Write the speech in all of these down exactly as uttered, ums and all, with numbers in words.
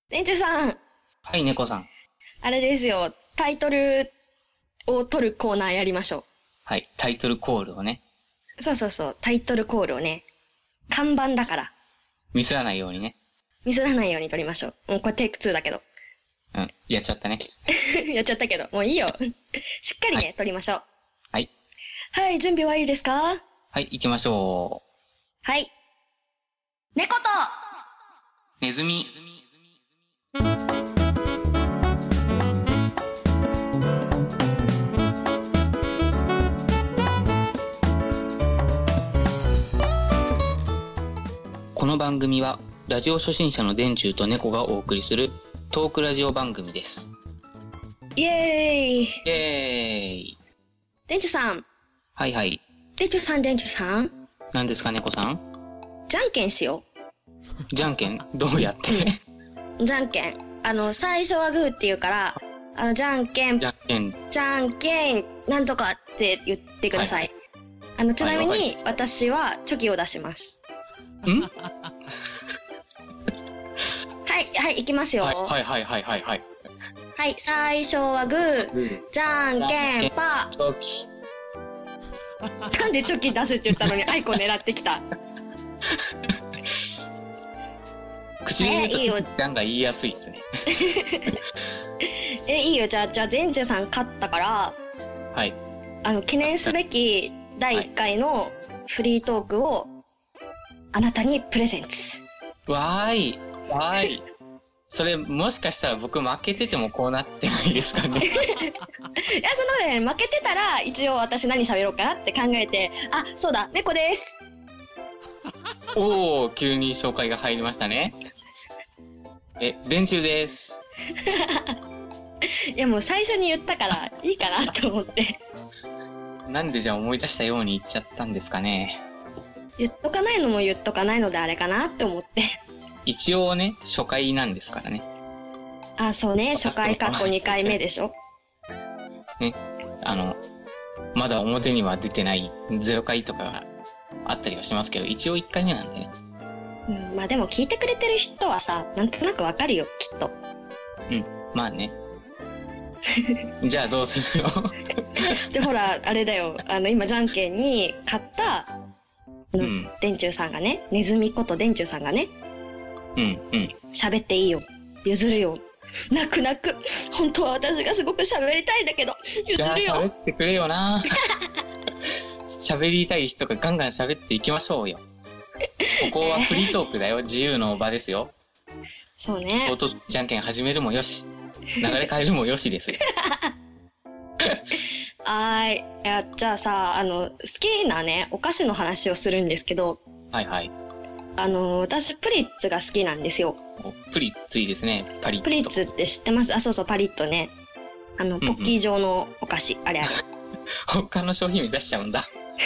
店長さん、 はい、猫さん。 あれですよ、タイトルを取るコーナーやりましょはい、タイトルコールをね、 う。そうそうそう、タイトルコールをね、看板だから、 ミスらないようにね。 ミスらないように取りましょう。もうこれテイクツーだけど。 うん、やっちゃったね。 やっちゃったけど、もういいよ。しっかりね、 はい取りましょう。 はい。 はい、準備はいいですか？ はい、行きましょはい。猫とう。ネズミ。この番組は、ラジオ初心者の電柱と猫がお送りするトークラジオ番組です。 イエーイ。 イエーイ。 店長さん。 はいはい。 店長さん、店長さん。 何ですか、猫さん？ じゃんけんしよじゃんけんどうやってう。じゃんけん。あの、最初はグーって言うから、あの、じゃんけん、 じゃんけん。 じゃんけん、なんとかって言ってください。 はいあの、ちなみはいに、私はチョキを出します。 んはい、はい、いきますよ。 はいはいはいはいはいはい。 はい、最初はグー、 グー、 じゃんけん、パチョキ。 ー。なんでチョキ出すって言ったのに、アイコ狙ってきた。 口で言うと、 えいいよなんか言いやすいですね。 え、いいよ、じゃあ、じゃあ、デンチュさん勝ったから、 はい。 あの、記念すべきだいいっかいのフリートークを、あなたにプレゼンツ。 わーい。わーい。それ、もしかしたら僕負けててもこうなってないですかね。 いや、そのね、負けてたら、一応私何喋ろうかなって考えて、あ、そうだ、猫です。 おー、急に紹介が入りましたね。え、電柱です。 いや、もう最初に言ったから、いいかなと思って。 なんでじゃあ思い出したように言っちゃったんですかね。 言っとかないのも言っとかないのであれかなって思って。 一応ね、初回なんですからね。 あ、そうね、初回過去にかいめでしょ。 ね。あの、まだ表には出てないゼロかいとかがあったりはしますけど、一応いっかいめなんでね。 うん、まあでも聞いてくれてる人はさ、なんとなくわかるよ、きっと。 うん、まあね。じゃあどうするの？ で、ほら、あれだよ、あの、今、じゃんけんに勝った、あの、 うん電柱さんがね、ネズミこと電柱さんがね、 うんうん。 喋っていいよ。譲るよ。泣く泣く。本当は私がすごく喋りたいんだけど、譲じゃあるよ。 喋ってくれよな。喋りたい人がガンガン喋っていきましょうよ。ここはフリートークだよ。自由の場ですよ。 そうね。 オートじゃんけん始めるもよし、流れ変えるもよしですよ。 はーい。いや、じゃあさ、あの、好きなね、お菓子の話をするんですけど、 はいはい。 あの、私、プリッツが好きなんですよ。 おプリッツいいですね。パリッと。 プリッツって知ってます？あ、そうそう、パリッとね。あの、ポッキー状のお菓子。あれあれ。 他の商品名出しちゃうんだ。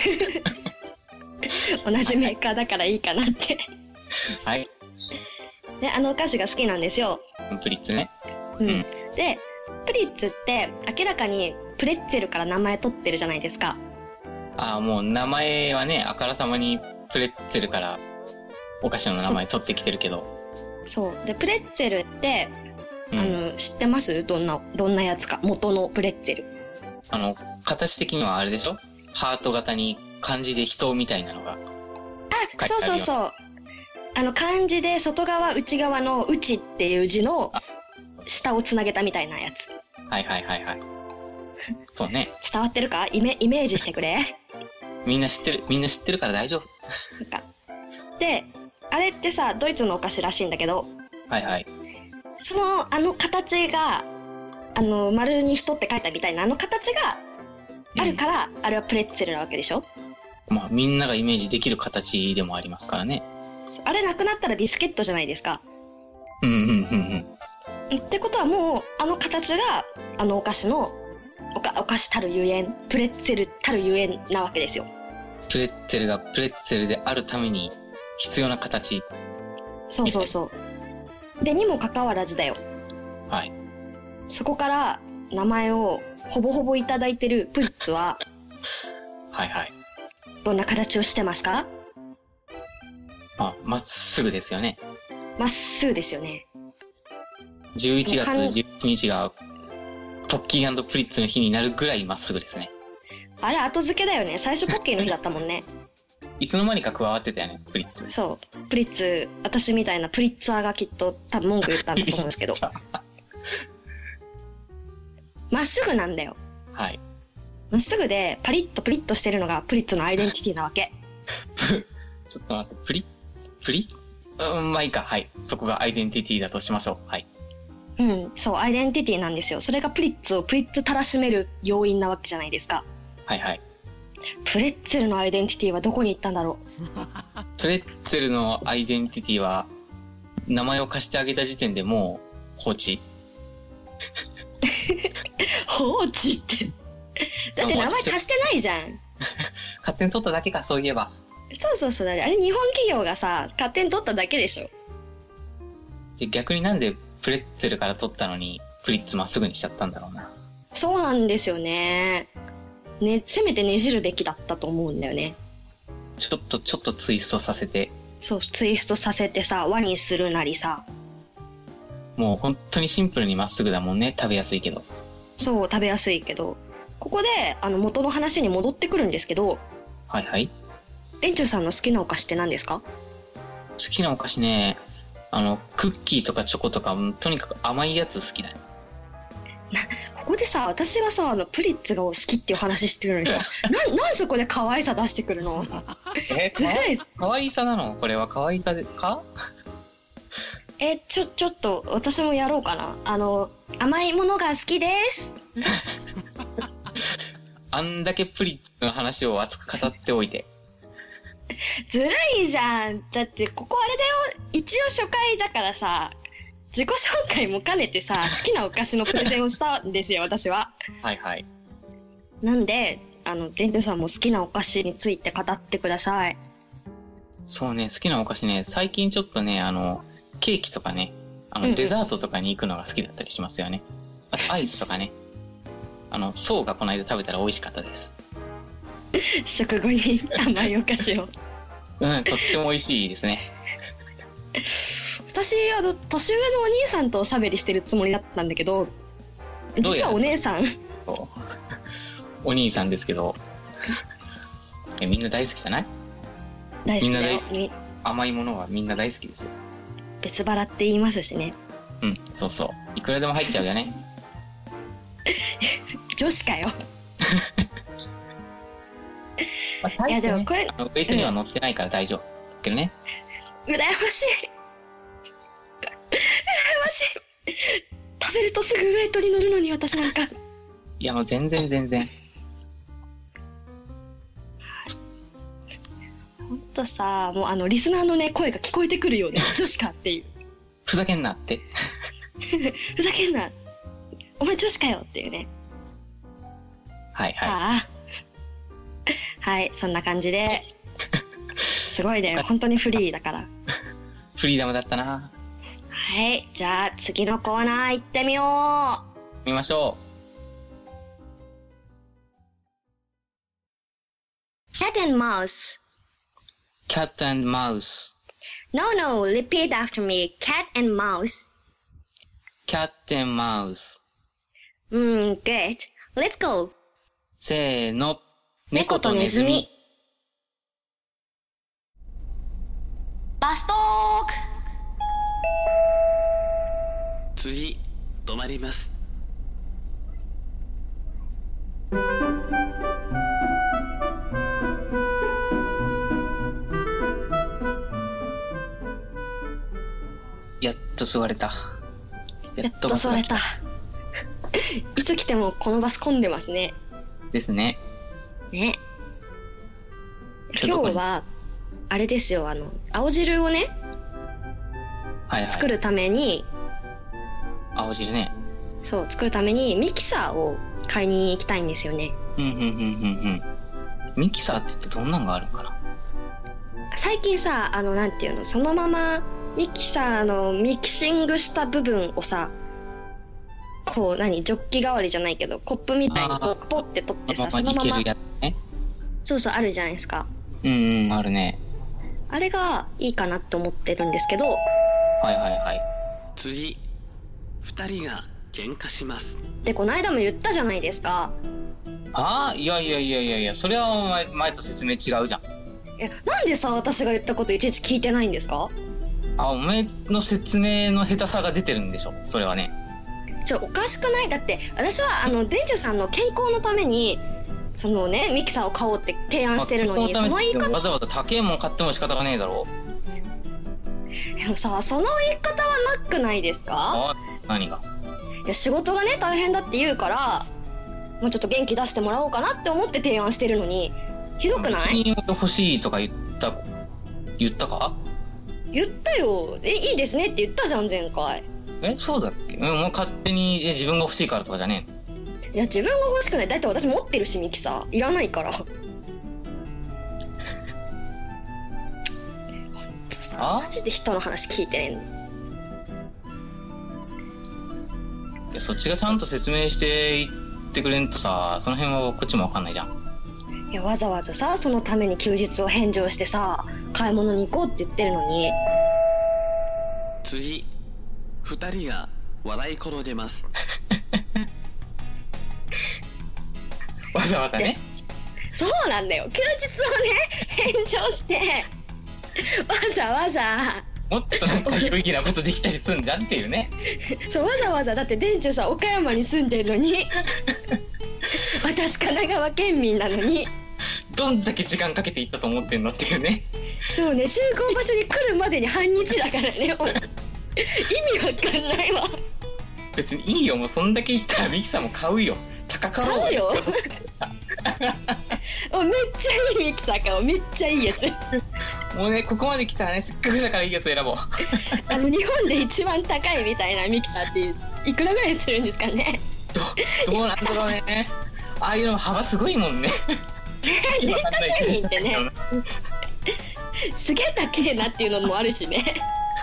同じメーカーだからいいかなって。 はい。 で、あのお菓子が好きなんですよ。 プリッツね。 うん。 うんで、プリッツって明らかにプレッツェルから名前取ってるじゃないですか。 ああ、もう名前はね、あからさまにプレッツェルからお菓子の名前取ってきてるけど。 そう。で、プレッツェルって、 うん、 あの、知ってます？どんな、どんなやつか。元のプレッツェル。 あの、形的にはあれでしょ？ハート型に漢字で人みたいなのが。 あ、そうそうそう。あの、漢字で外側、内側の内っていう字の下をつなげたみたいなやつ。 はいはいはいはい。そうね。 伝わってるか？イメ、イメージしてくれ。 みんな知ってる、みんな知ってるから大丈夫。 なんか。で、あれってさ、ドイツのお菓子らしいんだけど、 はいはい。 その、あの形が、あの、丸に人って書いたみたいなあの形があるから、うん、あれはプレッツェルなわけでしょ？ まあ、みんながイメージできる形でもありますからね。 あれなくなったらビスケットじゃないですか。 うんうんうんうん。ってことはもう、あの形が、あのお菓子の、おか、お菓子たるゆえん、プレッツェルたるゆえんなわけですよ。 プレッツェルがプレッツェルであるために必要な形。 そうそうそう。で、にもかかわらずだよ。 はい。 そこから名前をほぼほぼいただいてるプリッツは、 はいはい。 どんな形をしてますか？ あ、まっすぐですよね。 まっすぐですよね。 じゅういちがつじゅういちにちがポッキー&プリッツの日になるぐらいまっすぐですね。 あれ後付けだよね。最初ポッキーの日だったもんね。 いつの間にか加わってたよね、プリッツ。 そうプリッツ、私みたいなプリッツァーがきっと多分文句言ったんだと思うんですけどまっすぐなんだよ。 はい。 まっすぐでパリッとプリッとしてるのがプリッツのアイデンティティなわけ。 ちょっと待って、プリプリうん、まあいいか。はい。そこがアイデンティティだとしましょう。はい。 うん、そう、アイデンティティなんですよ。それがプリッツをプリッツたらしめる要因なわけじゃないですか。 はいはい。 プレッツェルのアイデンティティはどこに行ったんだろう。プレッツェルのアイデンティティは、名前を貸してあげた時点でもう放置。 放置って。だって名前貸してないじゃん。 勝手に取っただけか、そういえば。 そうそうそう。あれ日本企業がさ、勝手に取っただけでしょ。 で、逆になんでプレッツェルから取ったのに、プリッツまっすぐにしちゃったんだろうな。 そうなんですよね。ね、せめてねじるべきだったと思うんだよね。 ちょっとちょっとツイストさせて。 そう、ツイストさせてさ、輪にするなりさ。 もう本当にシンプルにまっすぐだもんね。食べやすいけど。 そう、食べやすいけど。ここであの元の話に戻ってくるんですけど。 はいはい。 店長さんの好きなお菓子って何ですか？ 好きなお菓子ね、あのクッキーとかチョコとか、とにかく甘いやつ好きだね。 ここでさ、私がさ、あのプリッツが好きっていう話してるのにさ、ななんそこで可愛さ出してくるの？ え、ずるい。可愛さなの？これは可愛さでか？ え、ちょちょっと私もやろうかな。あの甘いものが好きです。 あんだけプリッツの話を熱く語っておいて。 ずるいじゃん。だってここあれだよ。一応初回だからさ。自己紹介も兼ねてさ、好きなお菓子のプレゼンをしたんですよ、私は。 はいはい。 なんで、あの、デンデさんも好きなお菓子について語ってください。 そうね、好きなお菓子ね、最近ちょっとね、あの、ケーキとかね、あの、うんうん、デザートとかに行くのが好きだったりしますよね。あと、アイスとかね。あの、そうがこの間食べたら美味しかったです。 食後に甘いお菓子を。 うん、とっても美味しいですね。 私あの年上のお兄さんとおしゃべりしてるつもりだったんだけど、実はお姉さん。 お兄さんですけど、えみんな大好きじゃない？ 大好きだよ。みんな大好き。甘いものはみんな大好きですよ。 別腹って言いますしね。 うん、そうそう。いくらでも入っちゃうよね。 女子かよ。 まあ、いやでもこれウェイトには乗ってないから大丈夫、うん、けどね。 羨ましい。羨ましい。食べるとすぐウェイトに乗るのに私なんか。 いやもう全然全然。 ほんとさ、もうあのリスナーのね声が聞こえてくるよね。女子かっていう。 ふざけんなって。 ふざけんな。お前女子かよっていうね。 はいはい。 ああ。はい、そんな感じで。すごいね、本当にフリーだから。 フリーダムだったな。 はい、じゃあ次のコーナー行ってみよう。見ましょう。Cat and mouse. Cat and mouse. No, no, repeat after me. Cat and mouse. Cat and mouse. うん、good. Let's go. せーの。猫とネズミ。 バストーク。 次止まります。 やっと座れた。 やっと座れた。いつ来てもこのバス混んでますね。 ですね。 ね。今日はあれですよ、あの青汁をね、はいはい、作るために青汁ね。 そう作るためにミキサーを買いに行きたいんですよね。 うんうんうんうんうん。ミキサーって言ってどんなんがあるかな。 最近さ、あのなんていうの、そのままミキサーのミキシングした部分をさ、こう何ジョッキ代わりじゃないけどコップみたいにこうポッて取ってさ、そのまま、ね、そうそうあるじゃないですか。 うんうんあるね。 あれがいいかなって思ってるんですけど。 はいはいはい。 次二人が喧嘩します。 でこの間も言ったじゃないですか。 ああ、いやいやいやいやいや、それはお前前と説明違うじゃん。 え、なんでさ私が言ったこといちいち聞いてないんですか？ あ、お前の説明の下手さが出てるんでしょ、それはね。 ちょおかしくない？だって私はあの店長さんの健康のためにそのねミキサーを買おうって提案してるのに、その言い方わざわざ高いもん買っても仕方がねえだろ。 でもさその言い方はなくないですか？ あ、何が？ いや仕事がね大変だって言うからもうちょっと元気出してもらおうかなって思って提案してるのにひどくない？ 別に欲しいとか言った言ったか？ 言ったよ。えいいですねって言ったじゃん前回。 え、そうだっけ？もう勝手にえ自分が欲しいからとかじゃねえ。いや自分が欲しくない。だって私持ってるしミキサーいらないから。 あ？ マジで人の話聞いてねえ。そっちがちゃんと説明して言ってくれんとさ、その辺はこっちも分かんないじゃん。 いやわざわざさそのために休日を返上してさ買い物に行こうって言ってるのに。 次、二人が笑い転げます。 わざわざね。 そうなんだよ。休日をね返上してわざわざもっとなんか有意義なことできたりすんじゃんっていうね。 そうわざわざだって店長さん岡山に住んでるのに私神奈川県民なのにどんだけ時間かけていったと思ってんのっていうね。 そうね集合場所に来るまでに半日だからね意味わかんないわ。 別にいいよ、もうそんだけ言ったらミキさんも買うよ。高かろう買うよおめっちゃいいミキサーか。めっちゃいいやつもうねここまで来たらねせっかくだからいいやつ選ぼうあの日本で一番高いみたいなミキサーっていくらぐらいするんですかね。 ど, どうなんだろうね。ああいうの幅すごいもんね電化製品ってねすげえ高えなっていうのもあるしね。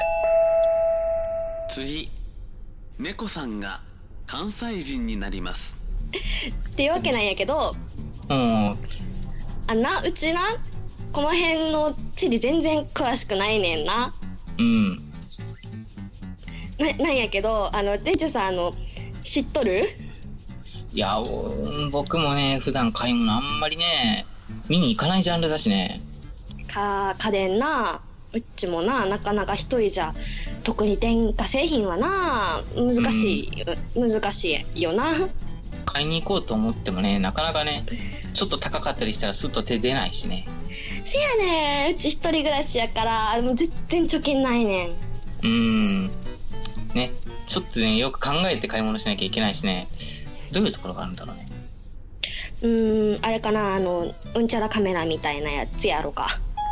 次、猫さんが関西人になります。 っていうわけなんやけど、 うん、 あなうちなこの辺の地理全然詳しくないねんな。 うんななんやけどあの店長さんあの知っとる？ いや僕もね普段買い物あんまりね見に行かないジャンルだしね。 か家電なうちもななかなか一人じゃ特に電化製品はな難しい、うん、難しいよな。 買いに行こうと思ってもねなかなかねちょっと高かったりしたらスッと手出ないしね。 せやねうち一人暮らしやからもう全然貯金ないねん。 うーんねちょっとねよく考えて買い物しなきゃいけないしね。どういうところがあるんだろうね。 うーんあれかなあのうんちゃらカメラみたいなやつやろか。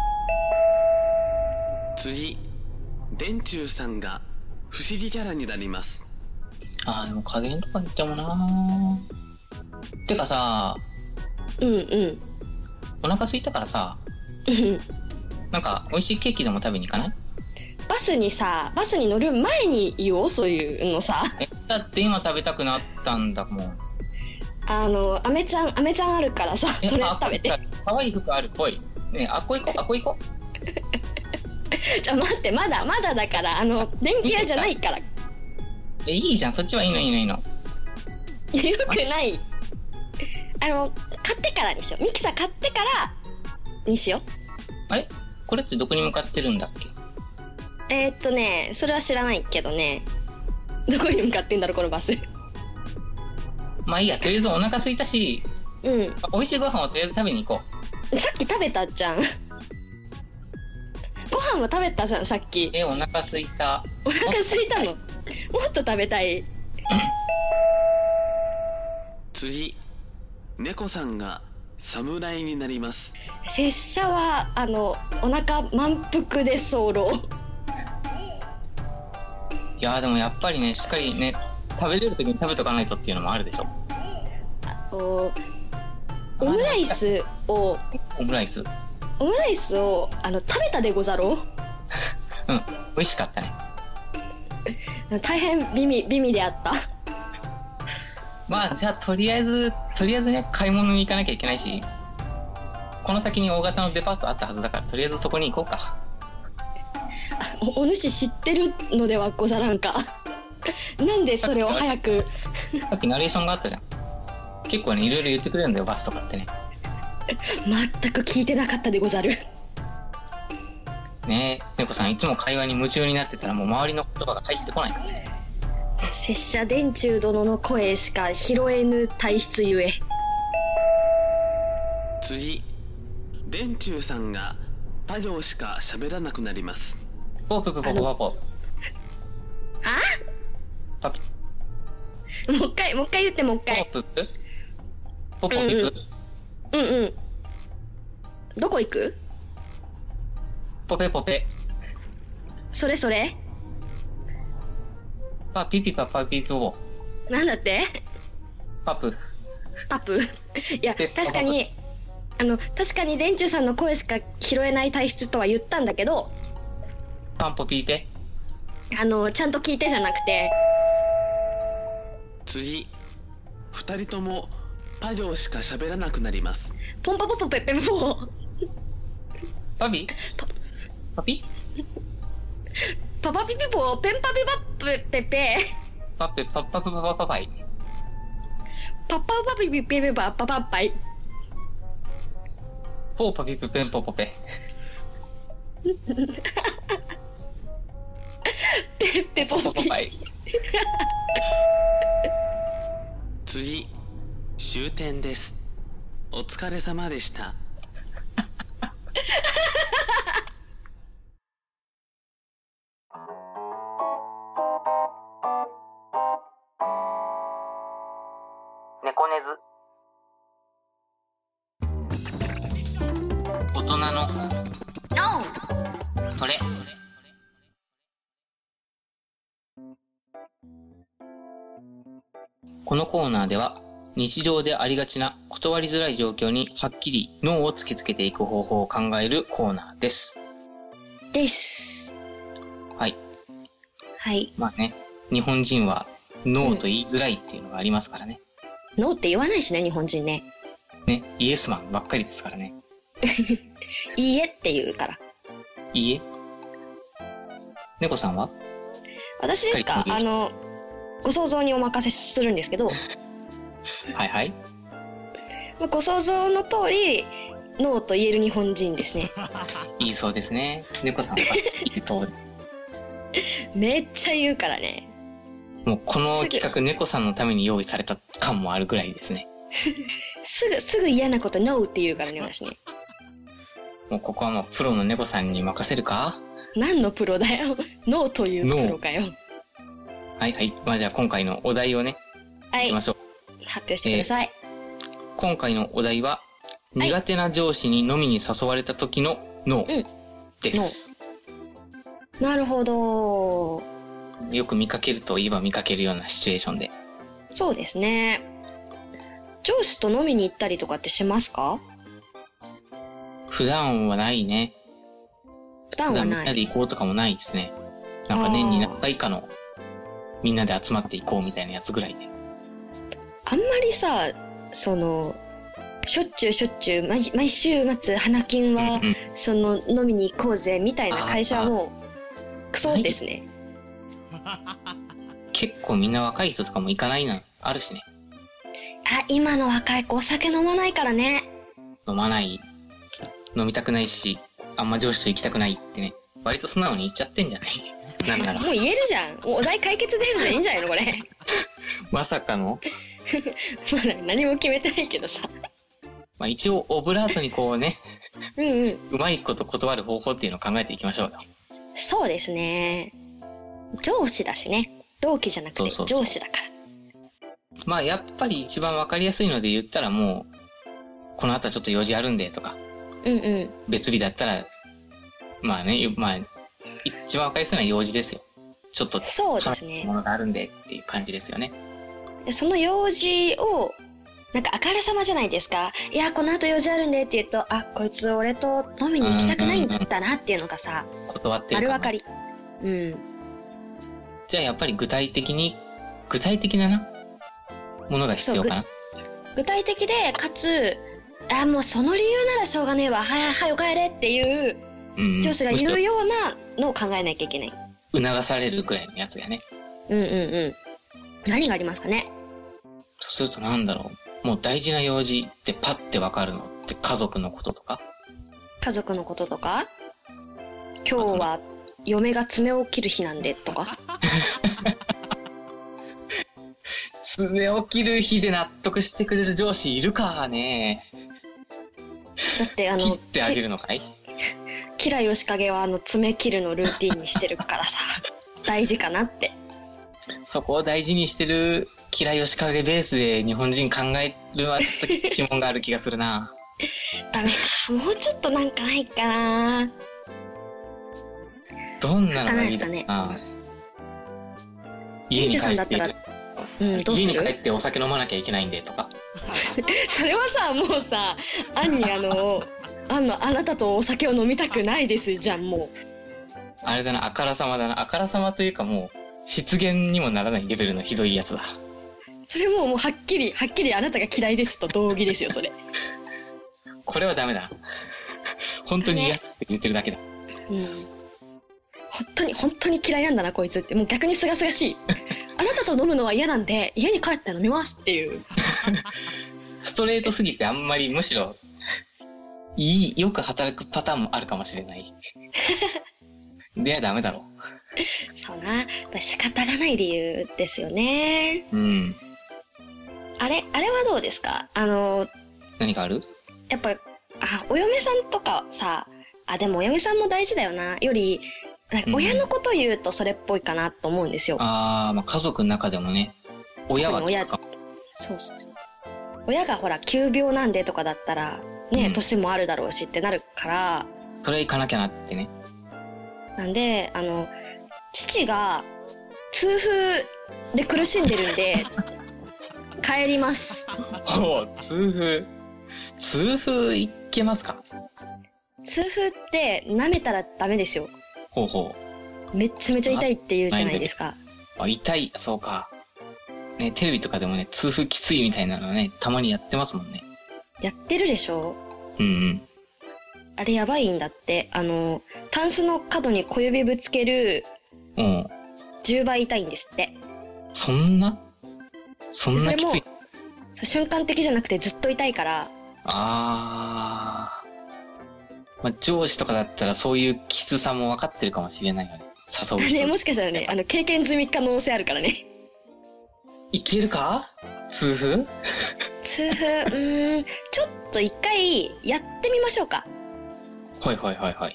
次、電柱さんが不思議キャラになります。 あーでも加減とか言ってもなてかさうんうんお腹空いたからさなんか美味しいケーキでも食べに行かない？ バスにさバスに乗る前に言おうそういうのさ。 えだって今食べたくなったんだもん。 あのアメちゃんアメちゃんあるからさそれ食べて。 可愛い服あるぽいねえあっこ行こうあっこ行こうちょ待ってまだまだだからあの電気屋じゃないから。 えいいじゃんそっちはいいのいいのいいの。 よくないあの買ってからにしよう。ミキサー買ってからにしよう。 あれこれってどこに向かってるんだっけ？ えー、っとねそれは知らないけどねどこに向かってんだろうこのバスまあいいやとりあえずお腹空いたしうん美味しいご飯をとりあえず食べに行こう。さっき食べたじゃんご飯も食べたじゃんさっき。 えお腹空いた。 お腹空いたのもっと食べたい次、猫さんが侍になります。 拙者はあのお腹満腹で候。 いやでもやっぱりねしっかりね食べれる時に食べとかないとっていうのもあるでしょ。 おオムライスをオムライスオムライスをあの食べたでござろううん美味しかったね。 大変美味美味であったまあじゃあとりあえずとりあえずね買い物に行かなきゃいけないしこの先に大型のデパートあったはずだからとりあえずそこに行こうか。 お, お主知ってるのではござらんか。 なんでそれを早く。 さっきナレーションがあったじゃん。結構ねいろいろ言ってくれるんだよバスとかってね。 全く聞いてなかったでござる。 ねえ猫さんいつも会話に夢中になってたらもう周りの言葉が入ってこないからね。 拙者電柱殿の声しか拾えぬ体質ゆえ。 次、電柱さんがパ行しか喋らなくなります。 ポーププポポポポ。 はパピ。 もう一回もう一回言ってもう一回。 ポーププポポピプ。 うんうん。どこ行く？ ポペポペ。 それそれ。 パピピパパピピポ。 なんだって？ パプ。 パプ。いやペ確かにあの確かに電柱さんの声しか拾えない体質とは言ったんだけど、 パンポピーペ。 あのちゃんと聞いてじゃなくて。 次、二人ともパ行しか喋らなくなります。 ポンパポポペペポ。 パビ？パピ？ パパピピポペンパピパペペペ。 パペパパパパパパパイ。 パパパピピピピパパパパイ。 ポーパピプペンポポペ。 ペペポピ。 ポポパイ。 次、終点です。お疲れ様でした。 猫ネズ。大人のそれ。このコーナーでは日常でありがちな断りづらい状況にはっきりノーを突きつけていく方法を考えるコーナーです。 です。 はい。 はい。 まあね、日本人はノーと言いづらいっていうのがありますからね。 うん、ノーって言わないしね、日本人ね。 ね、イエスマンばっかりですからね。 いいえって言うから。 いいえ。猫さんは？ 私ですか？あのご想像にお任せするんですけど。 はいはい。 ご想像の通りノーと言える日本人ですね。 いいそうですね。猫さんは言いそうです。 めっちゃ言うからね。 もうこの企画猫さんのために用意された感もあるぐらいですね。 すぐすぐ嫌なことノーって言うからね私ね。 もうここはもうプロの猫さんに任せるか？ 何のプロだよ。ノーというプロかよ。 はいはい。まあじゃあ今回のお題をね、 はい、 いきましょう。 発表してください。 えー、今回のお題は、苦手な上司に飲みに誘われた時のノーです。 うん、なるほど。 よく見かけるといえば見かけるようなシチュエーションで。 そうですね。上司と飲みに行ったりとかってしますか？ 普段はないね。 普段はない。 普段みんなで行こうとかもないですね。なんか年に何回かのみんなで集まっていこうみたいなやつぐらいで。 あんまりさ、そのしょっちゅうしょっちゅう 毎, 毎週末花金は、うんうん、その飲みに行こうぜみたいな会社はもうクソですね。 結構みんな若い人とかも行かないのあるしね。 あ、今の若い子お酒飲まないからね。 飲まない、飲みたくないし、あんま上司と行きたくないってね、割と素直に言っちゃってんじゃないなんならもう言えるじゃん。お題解決ですでいいんじゃないのこれ。 まさかのまだ何も決めてないけどさ。 まあ一応オブラートにこうねうん、うん、 うまいこと断る方法っていうのを考えていきましょうよ。 そうですね。上司だしね。同期じゃなくて上司だから。 まあやっぱり一番わかりやすいので言ったらもうこの後ちょっと用事あるんでとか、 うんうん、 別日だったらまあね、まあ一番わかりやすいのは用事ですよ。ちょっとそうですね。 ものがあるんでっていう感じですよね。 その用事をなんかあからさまじゃないですか。いやこの後用事あるんでって言うと、あこいつ俺と飲みに行きたくないんだなっていうのがさ、 うんうんうん、断ってる丸分かり。うん。 じゃあやっぱり具体的に具体的ななものが必要かな。 具体的でかつ、あもうその理由ならしょうがねえわ、はいはいお帰れっていう上司がいるようなのを考えなきゃいけない。 促されるくらいのやつやね。 うんうんうん。何がありますかね。 そうするとなんだろう。もう大事な用事ってパッてわかるのって家族のこととか。 家族のこととか。今日は嫁が爪を切る日なんでとか。 爪を切る日で納得してくれる上司いるかね。 だってあの切ってあげるのかい？ キラヨシカゲはあの爪切るのルーティンにしてるからさ大事かなって。 そこを大事にしてるキラヨシカゲベースで日本人考えるのはちょっと疑問がある気がするな。 ダメか、もうちょっとなんかないかな。 どんなのがいいかなな。家に帰っている、 うん、どうする？ 家に帰ってお酒飲まなきゃいけないんでとか。 それはさ、もうさ、アンにあのあのあなたとお酒を飲みたくないですじゃん。もうあれだな、あからさまだな。あからさまというかもう失言にもならないレベルのひどいやつだ。 それもうもうはっきりはっきりあなたが嫌いですと同義ですよそれ。 これはダメだ。本当に嫌って言ってるだけだ。 うん。本当に本当に嫌いなんだなこいつって。もう逆にすがすがしい。あなたと飲むのは嫌なんで家に帰って飲みますっていう。 ストレートすぎてあんまりむしろいいよく働くパターンもあるかもしれない。ではダメだろう。そうな、やっぱ仕方がない理由ですよね。 うん。 あれあれはどうですか？あの何かある？ やっぱあお嫁さんとかさ、あでもお嫁さんも大事だよな。よりなんか親のこと言うとそれっぽいかなと思うんですよ。 うん、ああ、まあ家族の中でもね、親は聞くかも。 そうそうそう。親がほら急病なんでとかだったらね、うん、年もあるだろうしってなるから。 それ行かなきゃなってね。 なんであの父が痛風で苦しんでるんで帰ります。 ほう、痛風痛風いけますか？ 痛風って舐めたらダメですよ。 ほうほう。めっちゃめちゃ痛いって言うじゃないですか。 あ、痛い、そうか。ね、テレビとかでもね、痛風きついみたいなのね、たまにやってますもんね。 やってるでしょ？ うんうん。 あれやばいんだって。あの、タンスの角に小指ぶつけるじゅうばい痛いんですって。 そんなそんなきつい？ そう、瞬間的じゃなくてずっと痛いから。 あー。まあ、上司とかだったらそういうきつさも分かってるかもしれないよね。誘う人。 ね、もしかしたらね、あの、経験済み可能性あるからね。 いけるか？痛風？ 痛風、うーん、ちょっと一回やってみましょうか。 はいはいはいはい。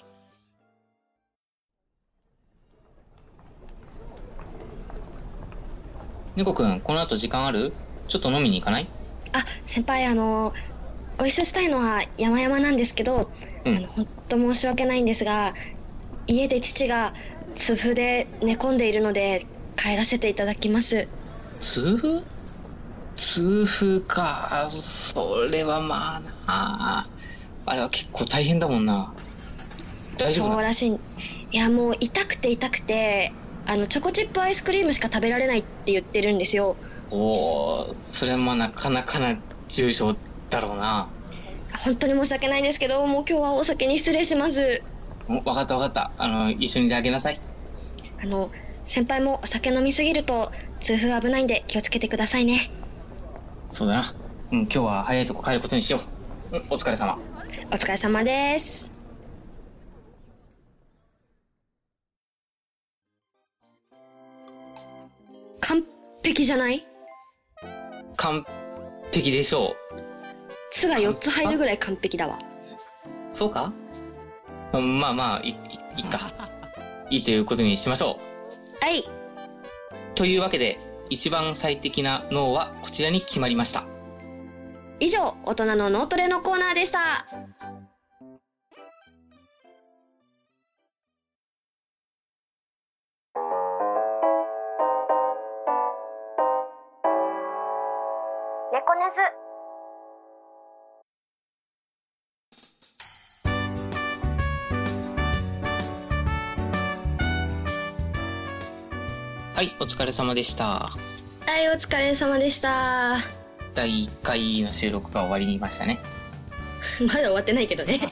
猫くん、この後時間ある？ちょっと飲みに行かない？ あ、先輩、あの、ご一緒したいのは山々なんですけど、うん、あの、本当申し訳ないんですが、家で父が痛風で寝込んでいるので帰らせていただきます。 痛風？痛風か、それはまあな、あれは結構大変だもんな。大丈夫？ そうらしい。いや、もう痛くて痛くて、あのチョコチップアイスクリームしか食べられないって言ってるんですよ。 おー、それもなかなかな重症だろうな。 本当に申し訳ないんですけど、もう今日はお酒に失礼します。 分かった分かった。あの一緒にであげなさい。 あの先輩もお酒飲みすぎると痛風危ないんで気をつけてくださいね。 そうだな。うん、今日は早いとこ帰ることにしよう。うん、お疲れ様。 お疲れ様です。完璧じゃない？ 完璧でしょう。 つがよっつ入るぐらい完璧だわ。 そうか？まあまあいい、いいか。いいということにしましょう。はい。 というわけで一番最適な脳はこちらに決まりました。 以上、大人の脳トレのコーナーでした。猫ネズ。 はい、お疲れ様でした。 はい、お疲れ様でした。 だいいっかいの収録が終わりましたね。 まだ終わってないけどね。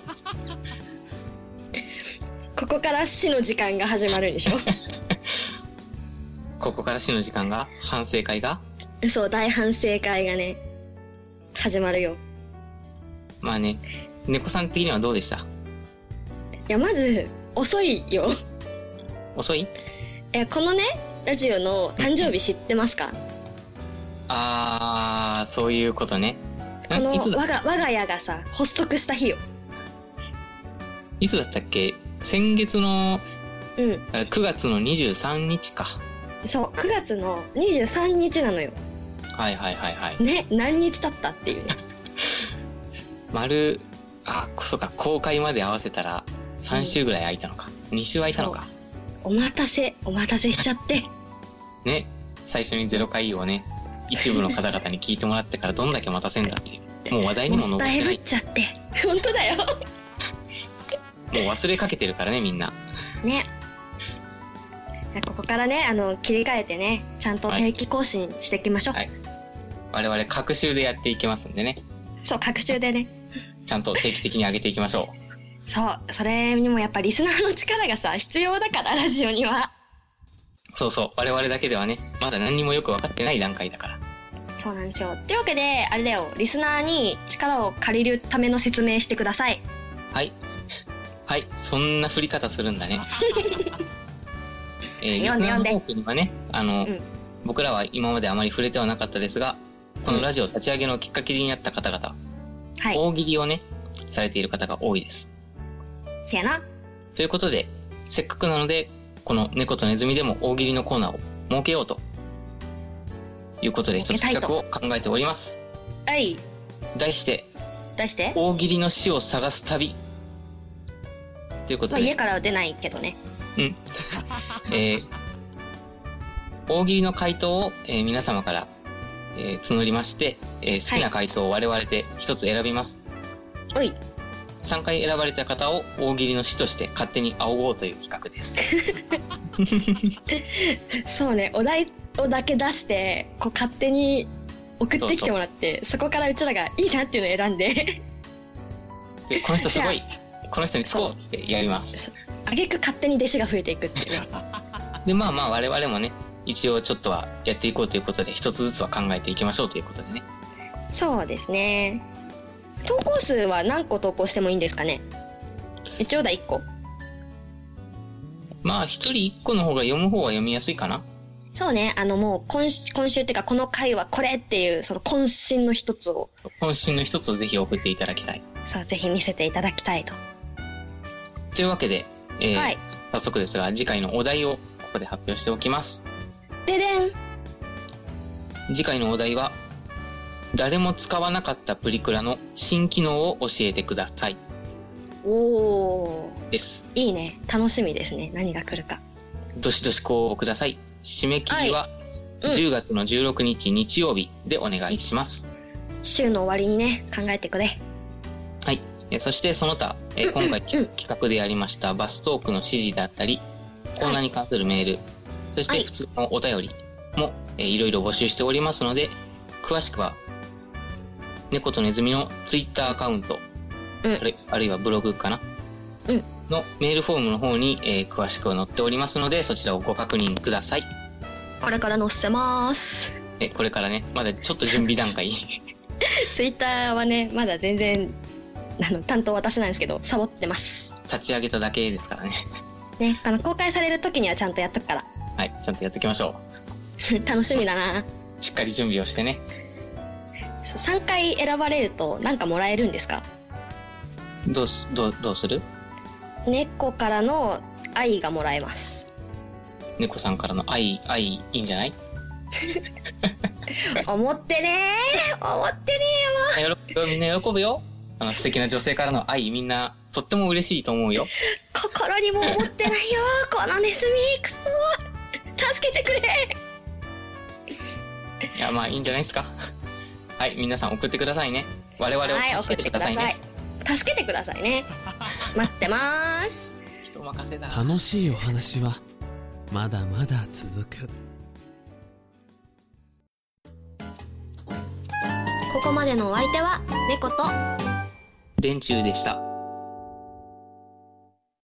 ここから死の時間が始まるんでしょ。 ここから死の時間が、反省会が、 そう、大反省会がね、始まるよ。 まあね、猫さん的にはどうでした？ いや、まず、遅いよ。 遅い？ え、このね、ラジオの誕生日知ってますか？ あー、そういうことね。 このいつだ我が我が家がさ発足した日よ。 いつだったっけ？先月のうんあくがつのにじゅうさんにちか。 そうくがつのにじゅうさんにちなのよ。 はいはいはいはい。 ね、何日経ったっていうね。 丸、あ、そうか、公開まで合わせたらさん週ぐらい空いたのか、うん、に週空いたのか。 お待たせお待たせしちゃってね、最初にゼロ回をね一部の方々に聞いてもらってからどんだけ待たせんだっていう、もう話題にも上ってない。 もったいぶっちゃって本当だよもう忘れかけてるからね、みんなね。ここからね、あの切り替えてね、ちゃんと定期更新していきましょう。 はい、我々隔週でやっていきますんでね。 そう、隔週でね、 ちゃんと定期的に上げていきましょう。 そう、それにもやっぱリスナーの力がさ必要だから、ラジオには。 そうそう、我々だけではね、まだ何にもよく分かってない段階だから。 そうなんですよ。というわけで、あれだよ、リスナーに力を借りるための説明してください。 はいはい、そんな振り方するんだね。えー、リスナーの多くにはね、あの、うん、僕らは今まであまり触れてはなかったですが、このラジオ立ち上げのきっかけになった方々、はい、大喜利をねされている方が多いです。 せやな。 ということで、せっかくなのでこの猫とネズミでも大喜利のコーナーを設けようということで、一つ企画を考えております。 はい。 題して題して大喜利の死を探す旅ということで、 まあ、家からは出ないけどね。 うん。えー、大喜利の回答を、えー、皆様から、えー、募りまして、えー、好きな回答を我々で一つ選びます。 はい。 さんかい選ばれた方を大喜利の師として勝手に仰ごうという企画です。 そうね、お題をだけ出してこう勝手に送ってきてもらって、 そ, そこからうちらがいいなっていうのを選んででこの人すごいこの人につこうってやります。 あげく勝手に弟子が増えていくっていうね。 でまあまあ我々もね一応ちょっとはやっていこうということで、一つずつは考えていきましょうということでね。 そうですね。投稿数は何個投稿してもいいんですかね。一応だいっこ。 まあ一人一個の方が読む方は読みやすいかな。 そうね、あのもう今週今週っていうかこの回はこれっていうその渾身の一つを渾身の一つをぜひ送っていただきたい。 そう、ぜひ見せていただきたいと。 というわけで、えーはい、早速ですが次回のお題をここで発表しておきます。 ででん。 次回のお題は誰も使わなかったプリクラの新機能を教えてください。 おーです。 いいね、楽しみですね、何が来るか。 どしどしご応募ください。締め切りはじゅうがつのじゅうろくにち日曜日でお願いします、 うん、週の終わりにね考えてくれ。 はい。えそしてその他、え今回企画でやりましたバストークの指示だったりコーナーに関するメール、はい、そして普通のお便りも、えいろいろ募集しておりますので、詳しくは猫とネズミのツイッターアカウント、うん、ある、あるいはブログかな、うん、のメールフォームの方に、えー、詳しく載っておりますので、そちらをご確認ください。 これから載せます。 えこれからね、まだちょっと準備段階ツイッターはねまだ全然あの担当私なんですけどサボってます。 立ち上げただけですからね。 ね、あの公開される時にはちゃんとやっとくから。 はい、ちゃんとやっていきましょう楽しみだな。 しっかり準備をしてね。 さんかい選ばれると何かもらえるんですか？ どうす、どう、どうする？ 猫からの愛がもらえます。 猫さんからの愛、愛いいんじゃない？ 思ってねー思ってねーよ。みんな喜ぶよ。あの素敵な女性からの愛、みんなとっても嬉しいと思うよ。 心にも思ってないよこのネズミ、くそ助けてくれ。 いや、まあいいんじゃないですか。はい、皆さん送ってくださいね。我々を助けてくださいね。はい、 助けてくださいね。待ってます。 人任せだ。 楽しいお話はまだまだ続く。 ここまでのお相手は猫と電柱でした。